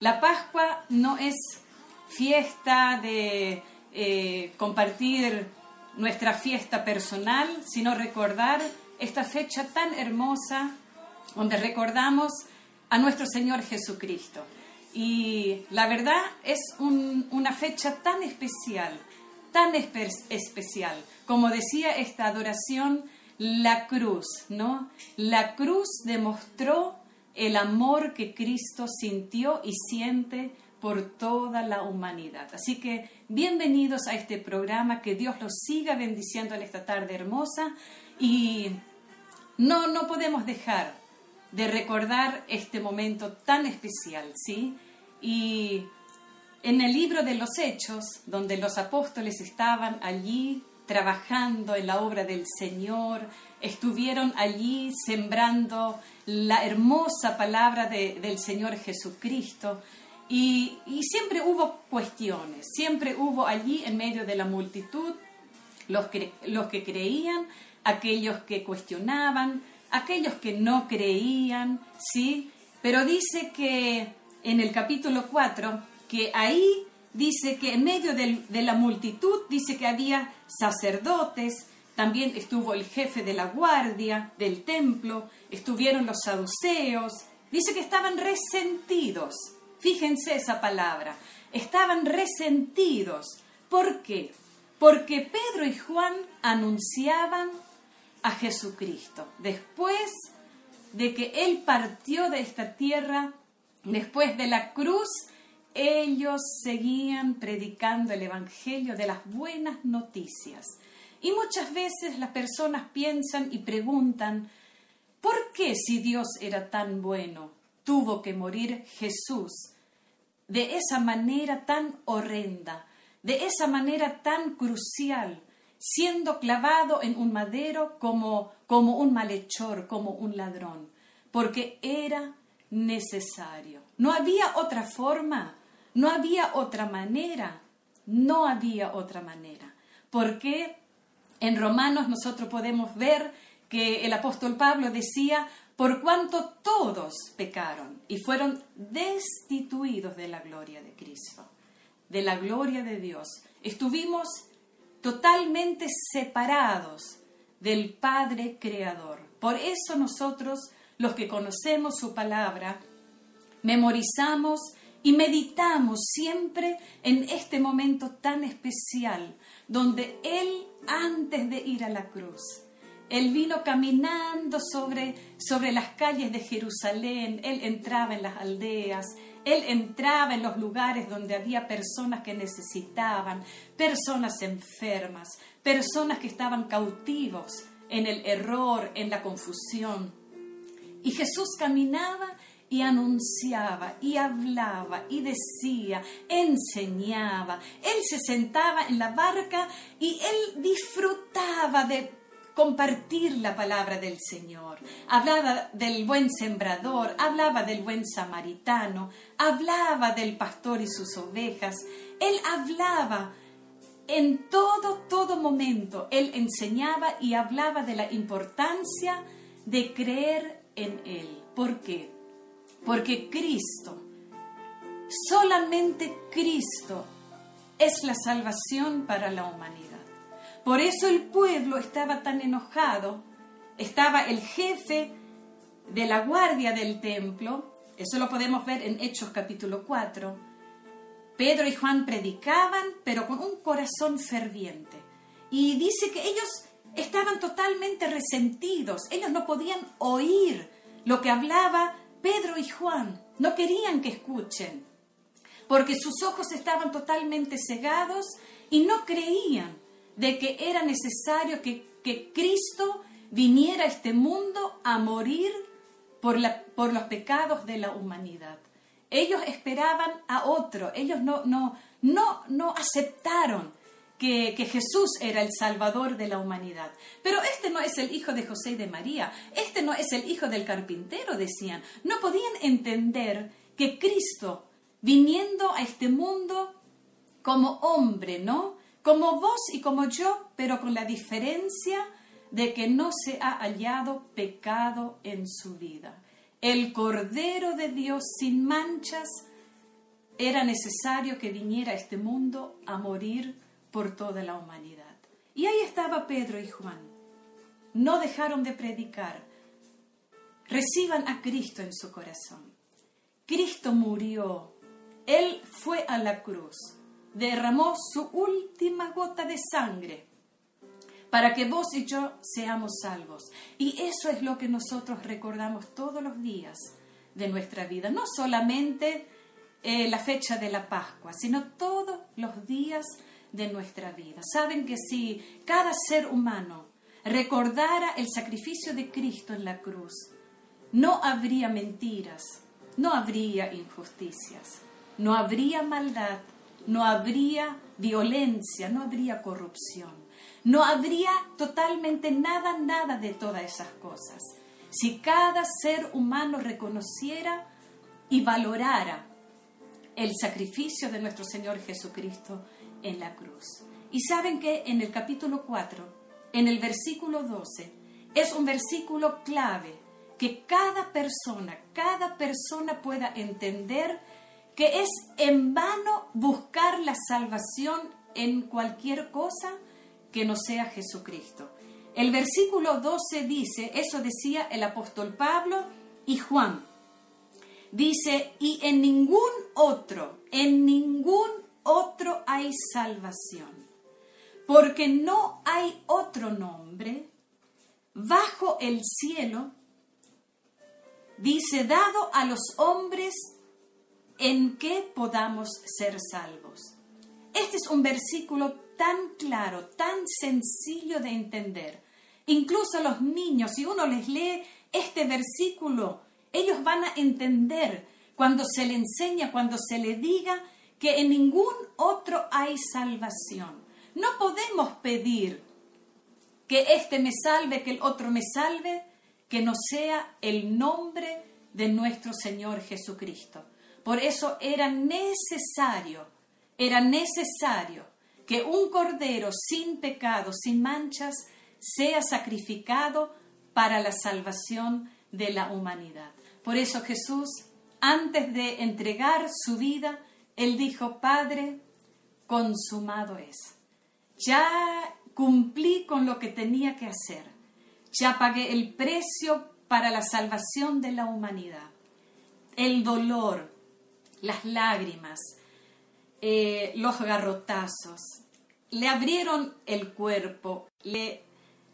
La Pascua no es fiesta de compartir nuestra fiesta personal, sino recordar esta fecha tan hermosa donde recordamos a nuestro Señor Jesucristo. Y la verdad es una fecha tan especial, como decía esta adoración, la cruz, ¿no? La cruz demostró el amor que Cristo sintió y siente por toda la humanidad. Así que bienvenidos a este programa, que Dios los siga bendiciendo en esta tarde hermosa, y no podemos dejar de recordar este momento tan especial, ¿sí? Y en el libro de los Hechos, donde los apóstoles estaban allí trabajando en la obra del Señor, estuvieron allí sembrando la hermosa palabra del Señor Jesucristo, y siempre hubo cuestiones, siempre hubo allí en medio de la multitud los que creían, aquellos que cuestionaban, aquellos que no creían, ¿sí? Pero dice que en el capítulo 4, que ahí dice que en medio de la multitud, dice que había sacerdotes, también estuvo el jefe de la guardia del templo, estuvieron los saduceos, dice que estaban resentidos. Fíjense esa palabra, estaban resentidos. ¿Por qué? Porque Pedro y Juan anunciaban a Jesucristo. Después de que Él partió de esta tierra, después de la cruz, ellos seguían predicando el Evangelio de las buenas noticias. Y muchas veces las personas piensan y preguntan, ¿por qué, si Dios era tan bueno, tuvo que morir Jesús de esa manera tan horrenda, de esa manera tan crucial, siendo clavado en un madero como un malhechor, como un ladrón? Porque era necesario. No había otra forma, no había otra manera, no había otra manera. Porque en Romanos nosotros podemos ver que el apóstol Pablo decía, por cuanto todos pecaron y fueron destituidos de la gloria de Cristo, de la gloria de Dios, estuvimos totalmente separados del Padre Creador. Por eso nosotros, los que conocemos su palabra, memorizamos y meditamos siempre en este momento tan especial, donde Él, antes de ir a la cruz, Él vino caminando sobre las calles de Jerusalén. Él entraba en las aldeas, Él entraba en los lugares donde había personas que necesitaban, personas enfermas, personas que estaban cautivos en el error, en la confusión. Y Jesús caminaba y anunciaba, y hablaba, y decía, enseñaba. Él se sentaba en la barca y Él disfrutaba de compartir la palabra del Señor. Hablaba del buen sembrador, hablaba del buen samaritano, hablaba del pastor y sus ovejas. Él hablaba en todo momento. Él enseñaba y hablaba de la importancia de creer en Él. ¿Por qué? Porque Cristo, solamente Cristo, es la salvación para la humanidad. Por eso el pueblo estaba tan enojado. Estaba el jefe de la guardia del templo, eso lo podemos ver en Hechos capítulo 4. Pedro y Juan predicaban, pero con un corazón ferviente. Y dice que ellos estaban totalmente resentidos. Ellos no podían oír lo que hablaba Pedro y Juan. No querían que escuchen, porque sus ojos estaban totalmente cegados y no creían de que era necesario que Cristo viniera a este mundo a morir por los pecados de la humanidad. Ellos esperaban a otro. Ellos no aceptaron que Jesús era el Salvador de la humanidad. Pero este no es el hijo de José y de María. Este no es el hijo del carpintero, decían. No podían entender que Cristo, viniendo a este mundo como hombre, ¿no?, como vos y como yo, pero con la diferencia de que no se ha hallado pecado en su vida. El Cordero de Dios sin manchas era necesario que viniera a este mundo a morir por toda la humanidad. Y ahí estaba Pedro y Juan. No dejaron de predicar. Reciban a Cristo en su corazón. Cristo murió. Él fue a la cruz. Derramó su última gota de sangre para que vos y yo seamos salvos. Y eso es lo que nosotros recordamos todos los días de nuestra vida. No solamente la fecha de la Pascua, sino todos los días de nuestra vida. Saben que si cada ser humano recordara el sacrificio de Cristo en la cruz, no habría mentiras, no habría injusticias, no habría maldad, no habría violencia, no habría corrupción. No habría totalmente nada de todas esas cosas. Si cada ser humano reconociera y valorara el sacrificio de nuestro Señor Jesucristo en la cruz. Y saben que en el capítulo 4, en el versículo 12, es un versículo clave que cada persona pueda entender que es en vano buscar la salvación en cualquier cosa que no sea Jesucristo. El versículo 12 dice, eso decía el apóstol Pablo y Juan. Dice, y en ningún otro hay salvación, porque no hay otro nombre bajo el cielo, dice, dado a los hombres en que podamos ser salvos. Este es un versículo tan claro, tan sencillo de entender. Incluso a los niños, si uno les lee este versículo, ellos van a entender cuando se le enseña, cuando se le diga que en ningún otro hay salvación. No podemos pedir que este me salve, que el otro me salve, que no sea el nombre de nuestro Señor Jesucristo. Por eso era necesario que un cordero sin pecado, sin manchas, sea sacrificado para la salvación de la humanidad. Por eso Jesús, antes de entregar su vida, Él dijo, Padre, consumado es. Ya cumplí con lo que tenía que hacer. Ya pagué el precio para la salvación de la humanidad. El dolor, las lágrimas, los garrotazos, le abrieron el cuerpo, le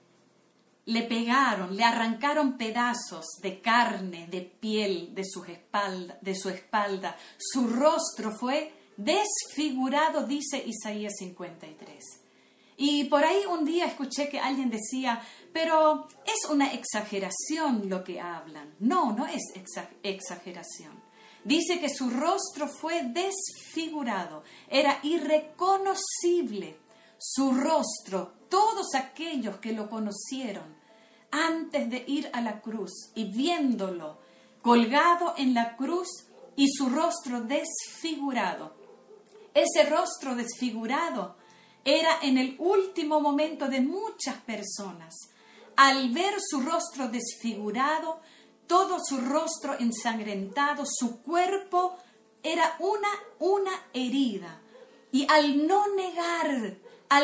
pegaron, le arrancaron pedazos de carne, de piel de su espalda. Su rostro fue desfigurado, dice Isaías 53. Y por ahí un día escuché que alguien decía, pero es una exageración lo que hablan. No es exageración. Dice que su rostro fue desfigurado, era irreconocible su rostro. Todos aquellos que lo conocieron antes de ir a la cruz y viéndolo colgado en la cruz y su rostro desfigurado. Ese rostro desfigurado era en el último momento de muchas personas. Al ver su rostro desfigurado, todo su rostro ensangrentado, su cuerpo era una herida. Y al no negar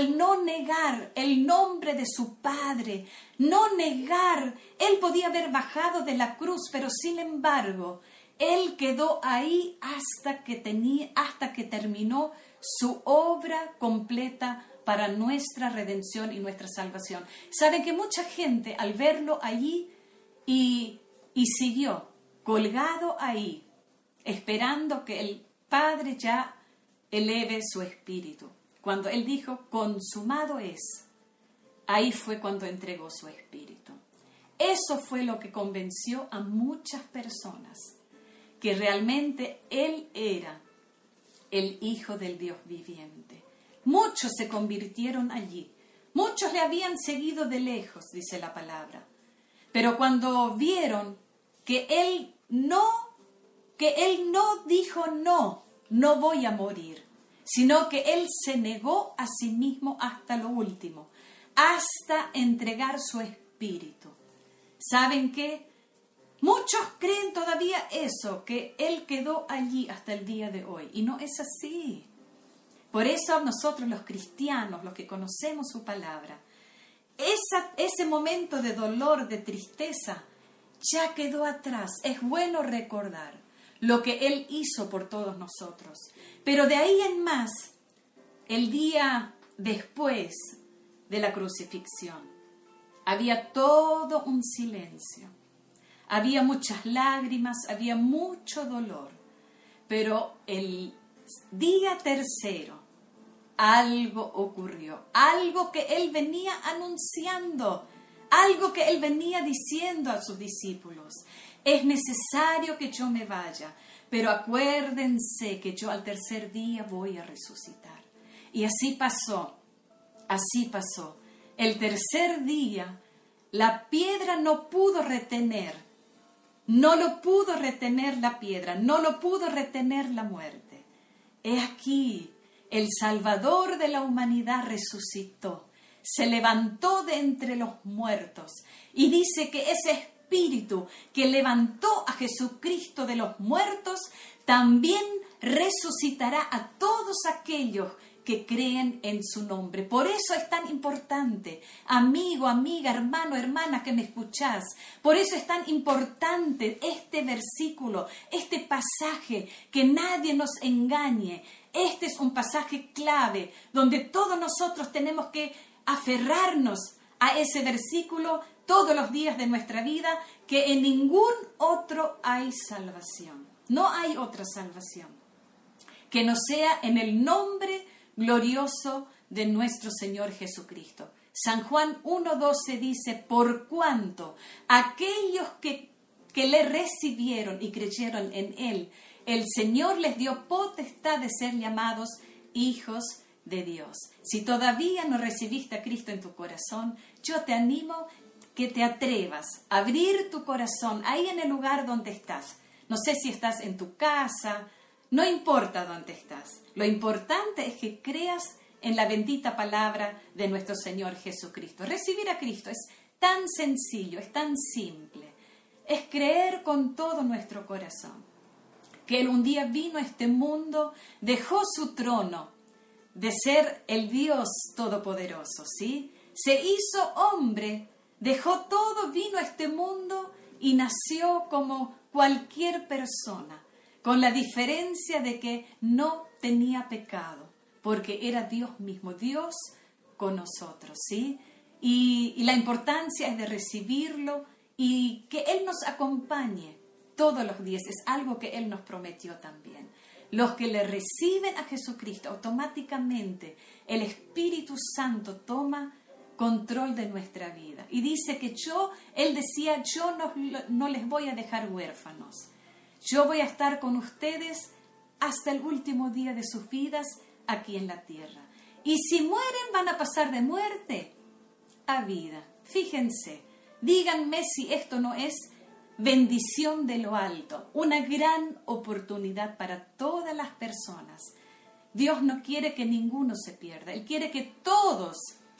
el nombre de su Padre, no negar, Él podía haber bajado de la cruz, pero sin embargo, Él quedó ahí hasta que terminó su obra completa para nuestra redención y nuestra salvación. Saben que mucha gente al verlo allí y siguió colgado ahí, esperando que el Padre ya eleve su espíritu. Cuando Él dijo, consumado es, ahí fue cuando entregó su espíritu. Eso fue lo que convenció a muchas personas, que realmente Él era el Hijo del Dios viviente. Muchos se convirtieron allí. Muchos le habían seguido de lejos, dice la palabra. Pero cuando vieron que Él no dijo no voy a morir, sino que Él se negó a sí mismo hasta lo último, hasta entregar su espíritu. ¿Saben qué? Muchos creen todavía eso, que Él quedó allí hasta el día de hoy. Y no es así. Por eso nosotros los cristianos, los que conocemos su palabra, ese momento de dolor, de tristeza, ya quedó atrás. Es bueno recordar lo que Él hizo por todos nosotros. Pero de ahí en más, el día después de la crucifixión, había todo un silencio. Había muchas lágrimas, había mucho dolor. Pero el día tercero, algo ocurrió. Algo que Él venía anunciando. Algo que Él venía diciendo a sus discípulos. Es necesario que yo me vaya, pero acuérdense que yo al tercer día voy a resucitar. Y así pasó, así pasó. El tercer día, la piedra no pudo retener, no lo pudo retener la piedra, no lo pudo retener la muerte. He aquí, el Salvador de la humanidad resucitó, se levantó de entre los muertos y dice que ese Espíritu que levantó a Jesucristo de los muertos también resucitará a todos aquellos que creen en su nombre. Por eso es tan importante, amigo, amiga, hermano, hermana que me escuchás, por eso es tan importante este versículo, este pasaje, que nadie nos engañe. Este es un pasaje clave donde todos nosotros tenemos que aferrarnos a ese versículo todos los días de nuestra vida, que en ningún otro hay salvación. No hay otra salvación que no sea en el nombre glorioso de nuestro Señor Jesucristo. San Juan 1:12 dice: por cuanto aquellos que le recibieron y creyeron en Él, el Señor les dio potestad de ser llamados hijos de Dios. Si todavía no recibiste a Cristo en tu corazón, yo te animo que te atrevas a abrir tu corazón ahí en el lugar donde estás. No sé si estás en tu casa, no importa dónde estás. Lo importante es que creas en la bendita palabra de nuestro Señor Jesucristo. Recibir a Cristo es tan sencillo, es tan simple. Es creer con todo nuestro corazón que Él un día vino a este mundo, dejó su trono de ser el Dios Todopoderoso, ¿sí? Se hizo hombre, dejó todo, vino a este mundo y nació como cualquier persona, con la diferencia de que no tenía pecado, porque era Dios mismo, Dios con nosotros, ¿sí? Y la importancia es de recibirlo y que Él nos acompañe todos los días. Es algo que Él nos prometió también. Los que le reciben a Jesucristo, automáticamente el Espíritu Santo toma control de nuestra vida. Y dice que Él decía, yo no les voy a dejar huérfanos. Yo voy a estar con ustedes hasta el último día de sus vidas aquí en la tierra. Y si mueren, van a pasar de muerte a vida. Fíjense, díganme si esto no es bendición de lo alto, una gran oportunidad para todas las personas. Dios no quiere que ninguno se pierda. Él quiere que todos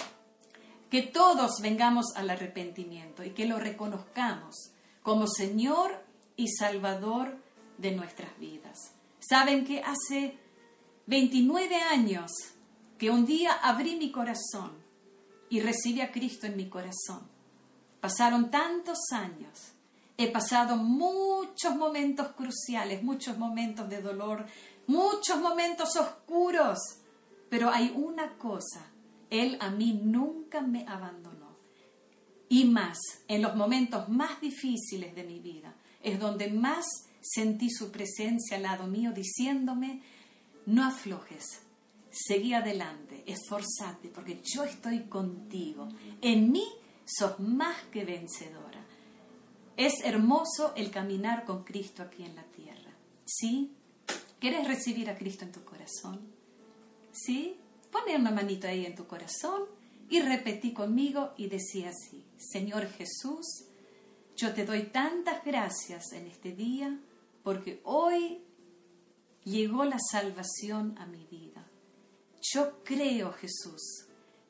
vengamos al arrepentimiento y que lo reconozcamos como Señor y Salvador de nuestras vidas. Saben que hace 29 años que un día abrí mi corazón y recibí a Cristo en mi corazón. Pasaron tantos años. He pasado muchos momentos cruciales, muchos momentos de dolor, muchos momentos oscuros. Pero hay una cosa, Él a mí nunca me abandonó. Y más, en los momentos más difíciles de mi vida, es donde más sentí su presencia al lado mío diciéndome, no aflojes, seguí adelante, esforzate, porque yo estoy contigo. En mí sos más que vencedora. Es hermoso el caminar con Cristo aquí en la tierra. ¿Sí? ¿Quieres recibir a Cristo en tu corazón? ¿Sí? Pone una manito ahí en tu corazón y repetí conmigo y decía así: Señor Jesús, yo te doy tantas gracias en este día porque hoy llegó la salvación a mi vida. Yo creo, Jesús,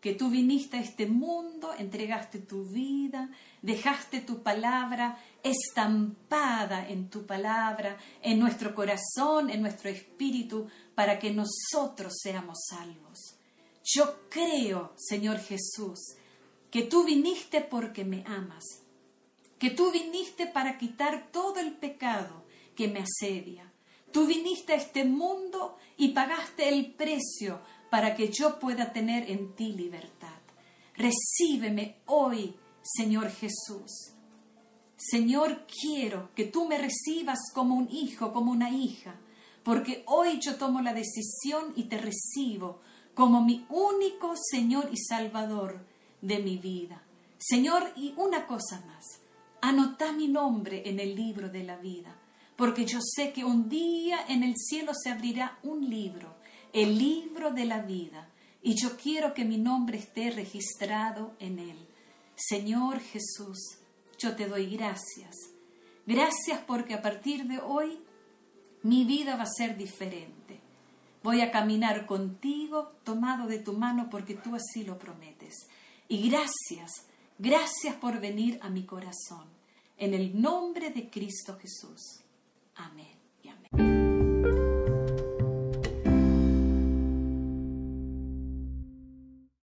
que tú viniste a este mundo, entregaste tu vida, dejaste tu palabra estampada en tu palabra, en nuestro corazón, en nuestro espíritu, para que nosotros seamos salvos. Yo creo, Señor Jesús, que tú viniste porque me amas, que tú viniste para quitar todo el pecado que me asedia. Tú viniste a este mundo y pagaste el precio para que yo pueda tener en ti libertad. Recíbeme hoy, Señor Jesús. Señor, quiero que tú me recibas como un hijo, como una hija, porque hoy yo tomo la decisión y te recibo como mi único Señor y Salvador de mi vida. Señor, y una cosa más, anota mi nombre en el libro de la vida, porque yo sé que un día en el cielo se abrirá un libro, el libro de la vida, y yo quiero que mi nombre esté registrado en él. Señor Jesús, yo te doy gracias. Gracias porque a partir de hoy mi vida va a ser diferente. Voy a caminar contigo tomado de tu mano porque tú así lo prometes. Y gracias por venir a mi corazón. En el nombre de Cristo Jesús. Amén.